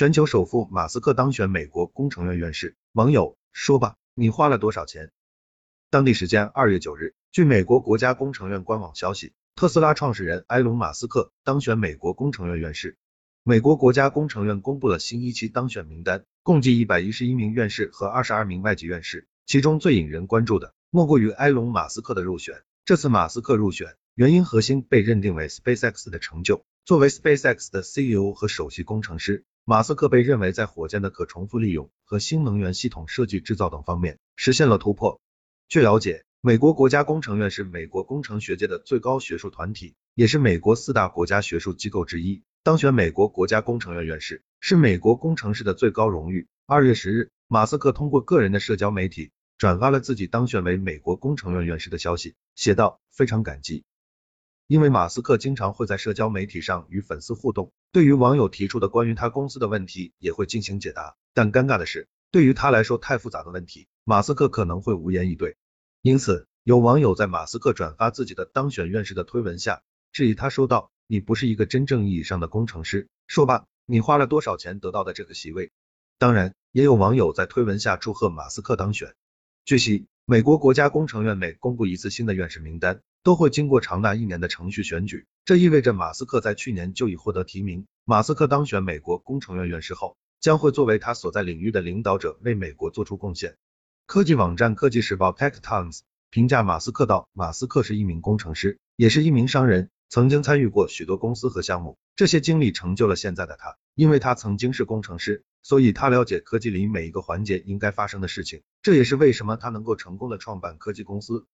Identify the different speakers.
Speaker 1: 全球首富马斯克当选美国工程院院士，网友说吧，你花了多少钱？当地时间2月9日，据美国国家工程院官网消息，特斯拉创始人埃隆·马斯克当选美国工程院院士。美国国家工程院公布了新一期当选名单，共计111名院士和22名外籍院士，其中最引人关注的莫过于埃隆·马斯克的入选。这次马斯克入选，原因核心被认定为 SpaceX 的成就。作为 SpaceX 的 CEO 和首席工程师，马斯克被认为在火箭的可重复利用和新能源系统设计制造等方面实现了突破。据了解，美国国家工程院是美国工程学界的最高学术团体，也是美国4大国家学术机构之一。当选美国国家工程院院士是美国工程师的最高荣誉。2月10日，马斯克通过个人的社交媒体转发了自己当选为美国工程院院士的消息，写道：非常感激。因为马斯克经常会在社交媒体上与粉丝互动，对于网友提出的关于他公司的问题也会进行解答，但尴尬的是，对于他来说太复杂的问题，马斯克可能会无言以对。因此，有网友在马斯克转发自己的当选院士的推文下质疑他，说道：你不是一个真正意义上的工程师，说吧，你花了多少钱得到的这个席位？当然，也有网友在推文下祝贺马斯克当选。据悉，美国国家工程院每公布一次新的院士名单，都会经过长达1年的程序选举，这意味着马斯克在去年就已获得提名。马斯克当选美国工程院院士后，将会作为他所在领域的领导者为美国做出贡献。科技网站科技时报 Tech Times 评价马斯克道：马斯克是一名工程师，也是一名商人，曾经参与过许多公司和项目，这些经历成就了现在的他。因为他曾经是工程师，所以他了解科技里每一个环节应该发生的事情，这也是为什么他能够成功的创办科技公司。